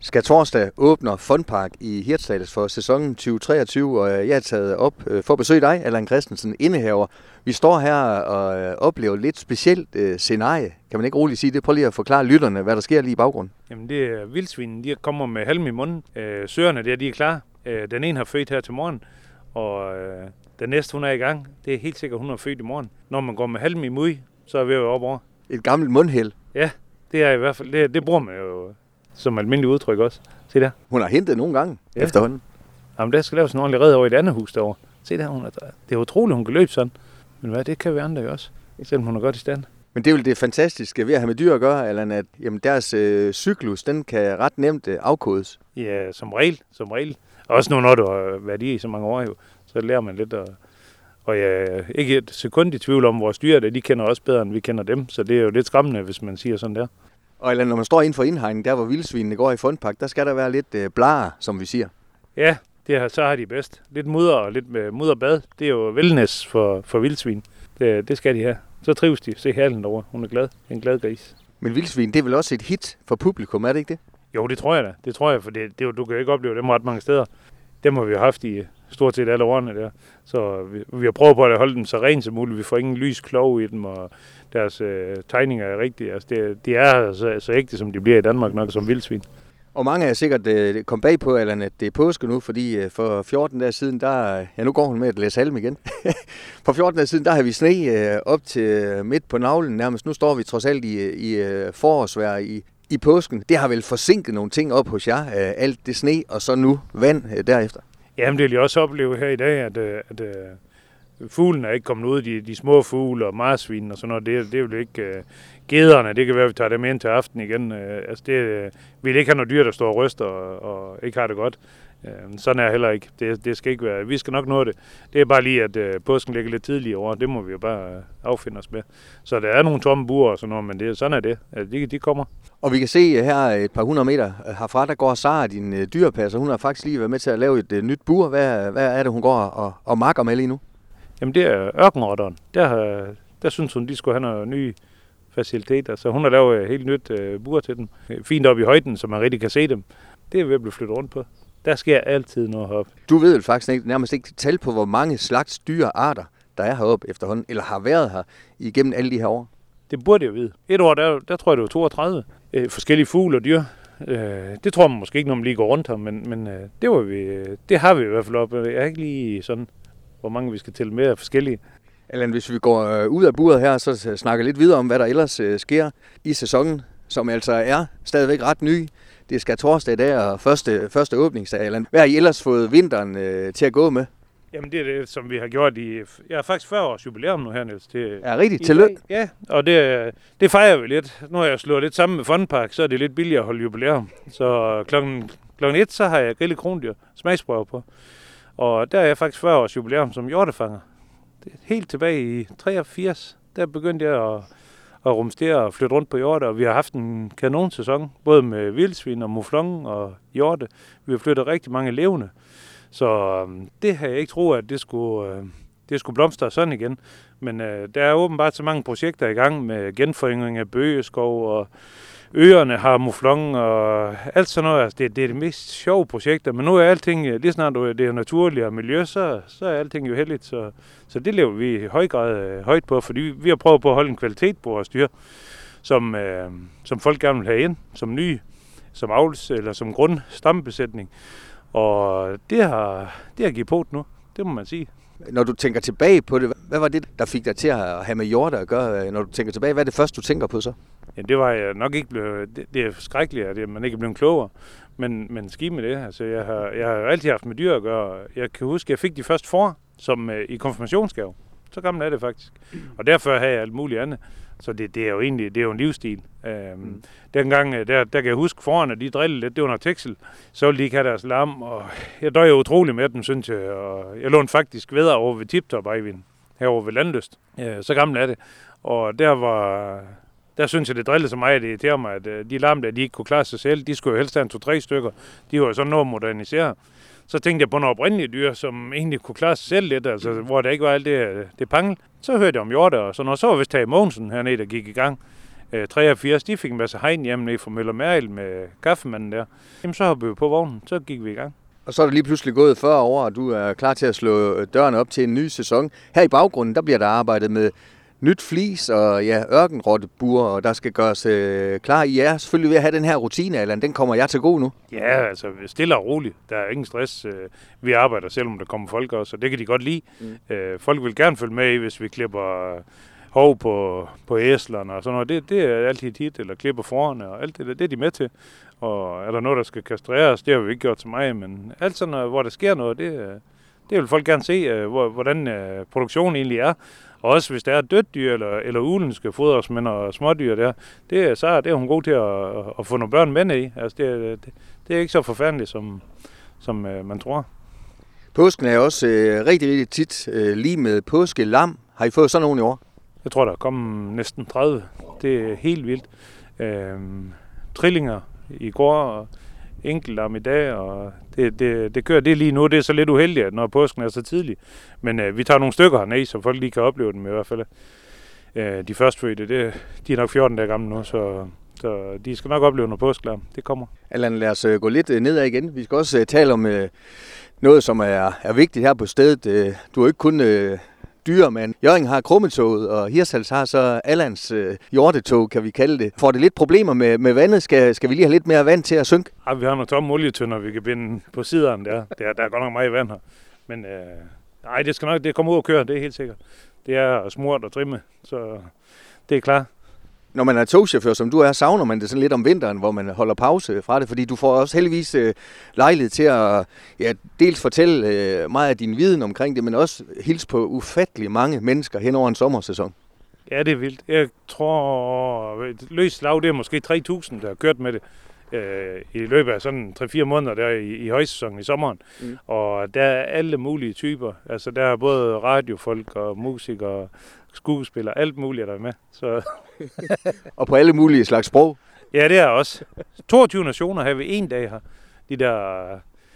Skærtorsdag åbner Funpark i Hirtshals for sæsonen 2023, og jeg er taget op for at besøge dig, Allan Christensen, indehaver. Vi står her og oplever et lidt specielt scenarie. Kan man ikke roligt sige det? Prøv lige at forklare lytterne, hvad der sker lige i baggrunden. Jamen det er vildsvinen, de kommer med halm i munden. Søerne der, de er klar. Den ene har født her til morgen, og den næste hun er i gang. Det er helt sikkert, hun har født i morgen. Når man går med halm i mud, så er vi jo op over. Et gammelt mundhæld. Ja, det er i hvert fald, det bruger man jo som almindelig udtryk også. Se der. Hun har hentet nogle gange efterhånden. Jamen der skal laves en ordentlig red over i et andet hus derovre. Se der, det er utroligt, hun kan løbe sådan. Men hvad, det kan vi andre jo også, selvom hun er godt i stand. Men det er jo det fantastiske ved at have med dyr at gøre, Allan, at jamen, deres cyklus, den kan ret nemt afkodes. Ja, som regel. Også nu, når du har været i så mange år jo, så lærer man lidt. Og jeg er ikke et sekund i tvivl om, vores dyr, de kender også bedre, end vi kender dem. Så det er jo lidt skræmmende, hvis man siger sådan der. Og Allan, når man står inden for indhegningen, der hvor vildsvinene går i Funpark, der skal der være lidt blare, som vi siger. Ja, så har de bedst. Lidt mudder og lidt mudderbad. Det er jo wellness for vildsvin. Det skal de have. Så trives de. Se halen derovre. Hun er glad. En glad gris. Men vildsvin, det er vel også et hit for publikum, er det ikke det? Jo, det tror jeg da. Det tror jeg, for du kan jo ikke opleve dem ret mange steder. Dem har vi jo haft i stort set alle årene der. Så vi har prøvet på at holde dem så rent som muligt. Vi får ingen lys klov i dem, og deres tegninger er rigtige. Altså, de er så ægte, som de bliver i Danmark nok som vildsvin. Og mange er sikkert kom bag på, Allan, at det er påske nu, fordi for 14 dage siden, nu går hun med at læse halm igen. For 14 dage siden, der har vi sne op til midt på navlen nærmest. Nu står vi trods alt i forårsvejr i påsken. Det har vel forsinket nogle ting op hos jer, alt det sne, og så nu vand derefter. Jamen, det vil jeg også opleve her i dag, at fuglene er ikke kommet ud, de små fugle og marsvin og sådan noget. Det er jo ikke gederne. Det kan være, at vi tager dem ind til aften igen. Vi vil ikke have noget dyr, der står og ryster og ikke har det godt. Sådan er det heller ikke. Det skal ikke være. Vi skal nok nå det. Det er bare lige, at påsken ligger lidt tidligere over. Det må vi jo bare affinde os med. Så der er nogle tomme buer og sådan noget, men sådan er det. De kommer. Og vi kan se her et par 100 meter herfra, der går Sara, din dyrepasser. Hun har faktisk lige været med til at lave et nyt bur. Hvad er det, hun går og makker med lige nu? Jamen det er ørkenrotteren. Der synes hun, de skulle have nogle nye faciliteter. Så hun har lavet et helt nyt bur til dem. Fint oppe i højden, så man rigtig kan se dem. Det er ved at blive flyttet rundt på. Der sker altid noget heroppe. Du ved faktisk nærmest ikke tal på, hvor mange slags dyrearter, der er heroppe efterhånden, eller har været her igennem alle de her år. Det burde jeg vide. Et år, der tror jeg, det var 32 forskellige fugle og dyr. Det tror man måske ikke, når man lige går rundt her, men det har vi i hvert fald oppe. Jeg er ikke lige sådan, hvor mange vi skal tælle med af forskellige. Allan, hvis vi går ud af buret her, så snakker lidt videre om, hvad der ellers sker i sæsonen, som altså er stadigvæk ret ny. Det er skærtorsdag i dag og første åbningsdag. Allan, hvad har I ellers fået vinteren til at gå med? Jamen det er det, som vi har gjort i... Jeg har faktisk 40 års jubilæum nu her, Niels. Ja, rigtigt. Tillykke. Ja, og det fejrer vi lidt. Nu har jeg slået lidt sammen med Funpark, så er det lidt billigere at holde jubilæum. Så klokken 1, så har jeg grillet krondyr smagsprøver på. Og der er jeg faktisk 40 års jubilæum som hjortefanger. Det er helt tilbage i 83. Der begyndte jeg at rumstere og flytte rundt på hjorte, og vi har haft en kanonsæson, både med vildsvin og mouflon og hjorte. Vi har flyttet rigtig mange levende. Så det har jeg ikke troet, at det skulle blomstre sådan igen. Men der er åbenbart så mange projekter i gang med genforyngring af bøgeskov, og øerne har mouflon og alt sådan noget. Altså, det er det mest sjove projekter, men nu er alting, lige snart det er naturligt og miljø, så er alting jo heldigt. Så det lever vi i høj grad højt på, fordi vi har prøvet på at holde en kvalitet på vores dyr, som folk gerne vil have ind, som nye, som avls eller som grundstammebesætning. Og det har givet på nu, det må man sige. Når du tænker tilbage på det, hvad var det, der fik dig til at have med hjorte at gøre? Når du tænker tilbage, hvad er det første, du tænker på så? Ja, det var jeg nok ikke blevet... Det er skrækkeligt, at man ikke er blevet klogere. Men skidt med det. Altså, jeg har altid haft med dyr at gøre. Jeg kan huske, at jeg fik de første får, som i konfirmationsgave. Så gammel er det faktisk. Og derfor havde jeg alt muligt andet. Så det er jo egentlig en livsstil. Dengang, der kan jeg huske forerne, de drillede lidt, det var noget teksel. Så ville de ikke have deres lam, og jeg døjede utrolig med dem, synes jeg. Og jeg lånte faktisk vædder over ved Tiptop Eivind, herovre ved Landlyst. Så gammel er det. Og der synes jeg, det drillede så meget, det irriterer mig, at de lam der, de ikke kunne klare sig selv, de skulle jo helst have 2-3 stykker. De var jo sådan noget moderniseret. Så tænkte jeg på nogle oprindelige dyr, som egentlig kunne klare sig selv lidt, altså hvor der ikke var alt det pangel. Så hørte jeg om hjorte og sådan noget. Så var vist Tage Mogensen hernede, der gik i gang. 83, de fik en masse hegn hjem ned fra Møller Mæril med kaffemanden der. Jamen så hoppede vi på vognen, så gik vi i gang. Og så er der lige pludselig gået 40 år, og du er klar til at slå dørene op til en ny sæson. Her i baggrunden, der bliver der arbejdet med nyt flis og ørkenrottebur, og der skal gøres klar. I er selvfølgelig ved at have den her rutine, Allan. Den kommer jeg til gode nu. Ja, altså stille og roligt. Der er ingen stress. Vi arbejder selvom der kommer folk også, og det kan de godt lide. Folk vil gerne følge med i, hvis vi klipper hov på æslerne og sådan noget. Det er altid tit, eller klipper forerne og alt det er de med til. Og er der noget, der skal kastreres, det har vi ikke gjort til mig, men alt sådan noget, hvor der sker noget, det vil folk gerne se, hvordan produktionen egentlig er. Og også hvis der er et dødt dyr, eller ulen skal fodres med nogle smådyr der, så er hun god til at få nogle børn med i. Altså det er ikke så forfærdeligt, som man tror. Påsken er også rigtig, rigtig tit lige med påskelam. Har I fået sådan nogen i år? Jeg tror, der er kommet næsten 30. Det er helt vildt. Trillinger i går, og enkeltlam i dag, og det kører det lige nu. Det er så lidt uheldigt, at når påsken er så tidlig. Men vi tager nogle stykker hernede, så folk lige kan opleve dem i hvert fald. De førstfødte, de er nok 14 dage gamle nu, så de skal nok opleve noget påskelam. Det kommer. Allan, lad os gå lidt nedad igen. Vi skal også tale om noget, som er vigtigt her på stedet. Du er ikke kun dyremand. Hjørring har Krummetoget, og Hirtshals har så Allans hjortetog, kan vi kalde det. Får det lidt problemer med vandet? Skal vi lige have lidt mere vand til at synke? Ja, vi har nogle tomme olietønder, vi kan binde på siderne der. Der er godt nok meget vand her. Men nej, det kommer ud og køre, det er helt sikkert. Det er smurt og trimme, så det er klar. Når man er togchauffør, som du er, savner man det sådan lidt om vinteren, hvor man holder pause fra det, fordi du får også heldigvis lejlighed til at dels fortælle meget af din viden omkring det, men også hilse på ufattelig mange mennesker hen over en sommersæson. Ja, det er vildt. Jeg tror, løs slag, det er måske 3.000, der har kørt med det i løbet af sådan 3-4 måneder der i højsæsonen i sommeren. Og der er alle mulige typer. Altså der er både radiofolk og musikere, skuespillere, alt muligt der er med. Så og på alle mulige slags sprog. Ja, det er også. 22 nationer har vi en dag her. De der,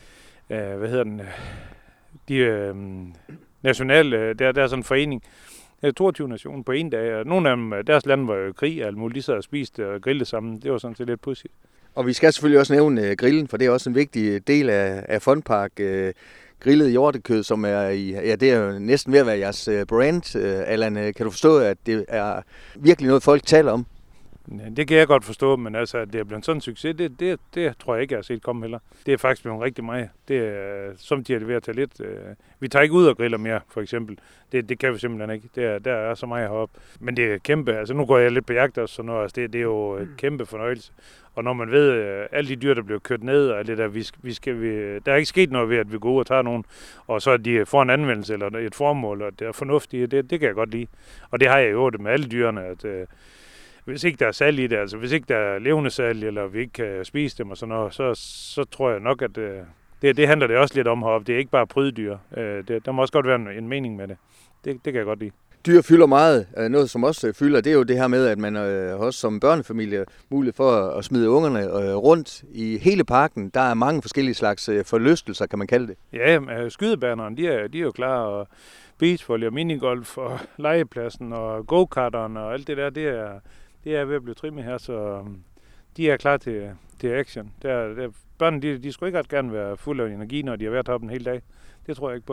nationale, der er sådan en forening. 22 nationer på en dag, og nogle af dem, deres lande var jo i krig, og alt muligt, de sad og spiste og grillede sammen. Det var sådan set lidt pudsigt. Og vi skal selvfølgelig også nævne grillen, for det er også en vigtig del af Funpark. Grillet hjortekød, som er det er jo næsten ved at være jeres brand. Allan, kan du forstå, at det er virkelig noget, folk taler om? Ja, det kan jeg godt forstå, men altså, at det er blevet sådan en succes, det tror jeg ikke, jeg har set komme heller. Det er faktisk blevet rigtig meget. Det er, som de er ved at tage lidt. Vi tager ikke ud og griller mere, for eksempel. Det kan vi simpelthen ikke. Der er så meget heroppe. Men det er kæmpe. Altså, nu går jeg lidt på jagt også, så noget, altså, det er jo et kæmpe fornøjelse. Og når man ved, alle de dyr, der bliver kørt ned, og det der, der er ikke sket noget ved, at vi går ud og tager nogen, og så de får en anvendelse eller et formål, og det er fornuftigt, det kan jeg godt lide. Og det har jeg jo det med alle dyrene, at hvis ikke der er salg i det, altså hvis ikke der er levende salg, eller vi ikke kan spise dem og sådan noget, så tror jeg nok, at det handler det også lidt om heroppe. Det er ikke bare pryddyr. Der må også godt være en mening med det. Det kan jeg godt lide. Dyr fylder meget. Noget, som også fylder, det er jo det her med, at man også som børnefamilie mulighed for at smide ungerne rundt i hele parken. Der er mange forskellige slags forlystelser, kan man kalde det. Ja, skydebanerne, de er jo klar, og beachvolley og minigolf og legepladsen og go-karteren og alt det der, det er ved at blive trimmet her, så de er klar til action. Børnene, de skulle ikke ret gerne være fulde af energi, når de har været heroppe en hel dag. Det tror jeg ikke på.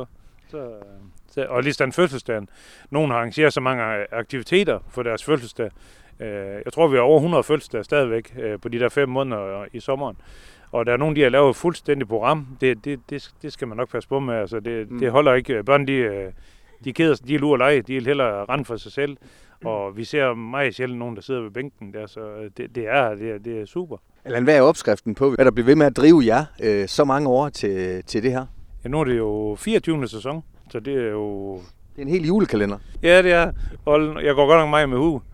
Og lige sådan fødselsdagen. Nogle har arrangeret så mange aktiviteter for deres fødselsdag. Jeg tror, vi har over 100 fødselsdage stadigvæk på de der 5 måneder i sommeren. Og der er nogen, de har lavet et fuldstændigt program. Det skal man nok passe på med. Altså, det holder ikke. Børn, de keder sig, de er lure og lege. De vil hellere rende for sig selv. Og vi ser meget sjældent nogen, der sidder ved bænken der. Så det er super. Allan, hvad er opskriften på, hvad der bliver ved med at drive jer så mange år til det her? Ja, nu er det jo 24. sæson, så det er jo... Det er en hel julekalender. Ja, det er. Jeg går godt nok meget med hue,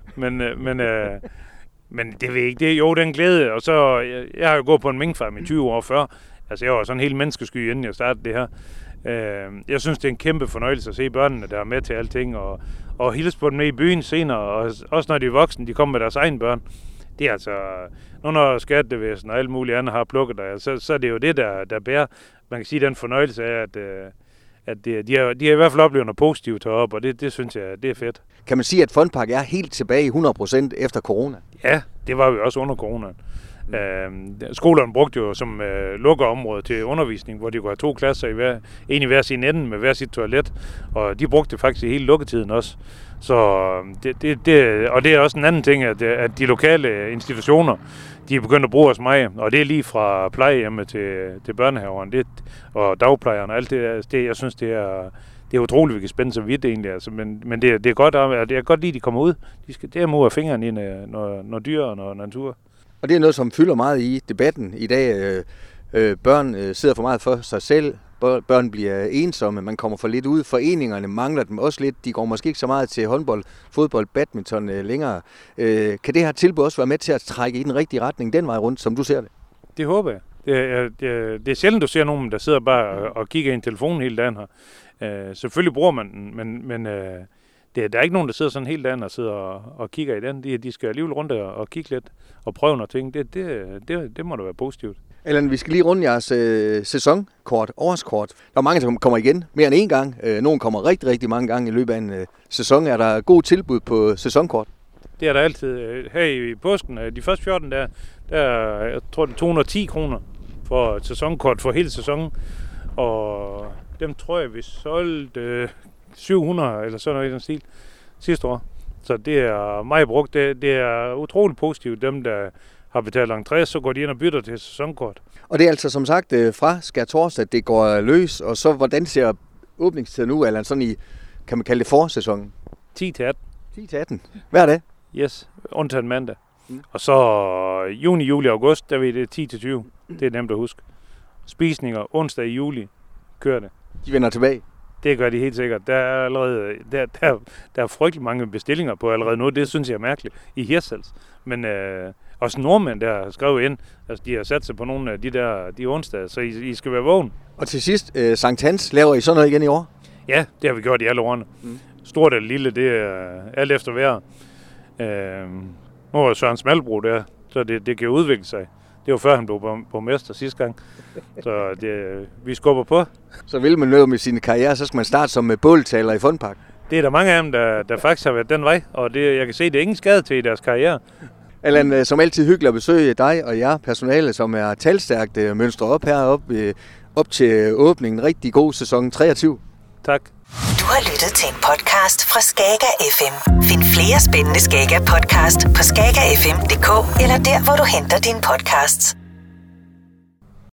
men det ved jeg ikke. Det er jo den glæde, og så... Jeg har jo gået på en minkfarm i 20 år før. Altså, jeg var sådan en helt menneskesky, inden jeg startede det her. Jeg synes, det er en kæmpe fornøjelse at se børnene, der er med til alting, og hilse på dem med i byen senere, og også når de er voksne, de kommer med deres egne børn. Det er altså... Nu når skattevæsen og alt muligt andet har plukket der, så er det jo det, der bærer. Man kan sige, den fornøjelse af, at de har i hvert fald oplevet noget positivt heroppe, og det synes jeg, det er fedt. Kan man sige, at Funpark er helt tilbage 100% efter corona? Ja, det var vi også under corona. Skolerne brugte jo som lukkerområde til undervisning, hvor de kunne have 2 klasser en i hver sin ende med hver sit toilet, og de brugte det faktisk i hele lukketiden også. Så og det er også en anden ting, at de lokale institutioner, de er begyndt at bruge os meget, og det er lige fra plejehjemmet til børnehaveren og dagplejeren og alt det. Jeg synes, det er utroligt, vi kan spænde så vidt egentlig. Altså, men det er godt, at jeg godt lide, at de kommer ud. De skal derimod have fingrene i noget dyr og noget natur. Og det er noget, som fylder meget i debatten i dag. Børn sidder for meget for sig selv. Børn bliver ensomme. Man kommer for lidt ud. Foreningerne mangler dem også lidt. De går måske ikke så meget til håndbold, fodbold, badminton længere. Kan det her tilbud også være med til at trække i den rigtige retning den vej rundt, som du ser det? Det håber jeg. Det er sjældent, du ser nogen, der sidder bare og kigger i en telefon hele dagen her. Selvfølgelig bruger man den, men der er ikke nogen, der sidder sådan hele dagen og sidder og kigger i den. De skal alligevel rundt og kigge lidt og prøve nogle ting. Det må da være positivt. Allan, vi skal lige runde jeres sæsonkort, årskort. Der er mange, som kommer igen mere end 1 gang. Nogle kommer rigtig, rigtig mange gange i løbet af en sæson. Er der god tilbud på sæsonkort? Det er der altid. Her i påsken, de første 14 der jeg tror det er 210 kroner for et sæsonkort for hele sæsonen. Og dem tror jeg, vi solgte 700 eller sådan noget i den stil sidste år. Så det er meget brugt. Det er utroligt positivt. Dem, der har betalt entré, så går de ind og bytter til sæsonkort. Og det er altså som sagt fra skærtorsdag, det går løs. Og så hvordan ser åbningstiden ud, eller sådan i, kan man kalde det forsæsonen? 10-18. 10-18. Hver dag? Yes, undtagen mandag. Og så juni, juli, august, der ved det 10-20. Det er nemt at huske. Spisninger onsdag i juli kører det. De vender tilbage? Det gør de helt sikkert. Der er allerede der er frygtelig mange bestillinger på allerede nu. Det synes jeg er mærkeligt i Hirtshals. Men også nordmænd, der har skrevet ind, altså de har sat sig på nogle af de onsdage, så I skal være vågen. Og til sidst, Sankt Hans, laver I sådan noget igen i år? Ja, det har vi gjort i alle årene. Stort eller lille, det er alt efter vejr. Nu er Søren Smalbro der, så det kan udvikle sig. Det var før han blev borgmester sidste gang, så vi skubber på. Så vil man noget med sin karriere, så skal man starte som båltaler i Funpark. Det er der mange af dem, der faktisk har været den vej, og jeg kan se, det er ingen skade til i deres karriere. Allan, som altid hyggeligt at besøge dig og jer personale, som er talstærkt mønstret op heroppe op til åbningen. Rigtig god sæson 23. Tak. Du har lyttet til en podcast fra Skaga FM. Find flere spændende Skaga podcast på skagafm.dk eller der, hvor du henter dine podcasts.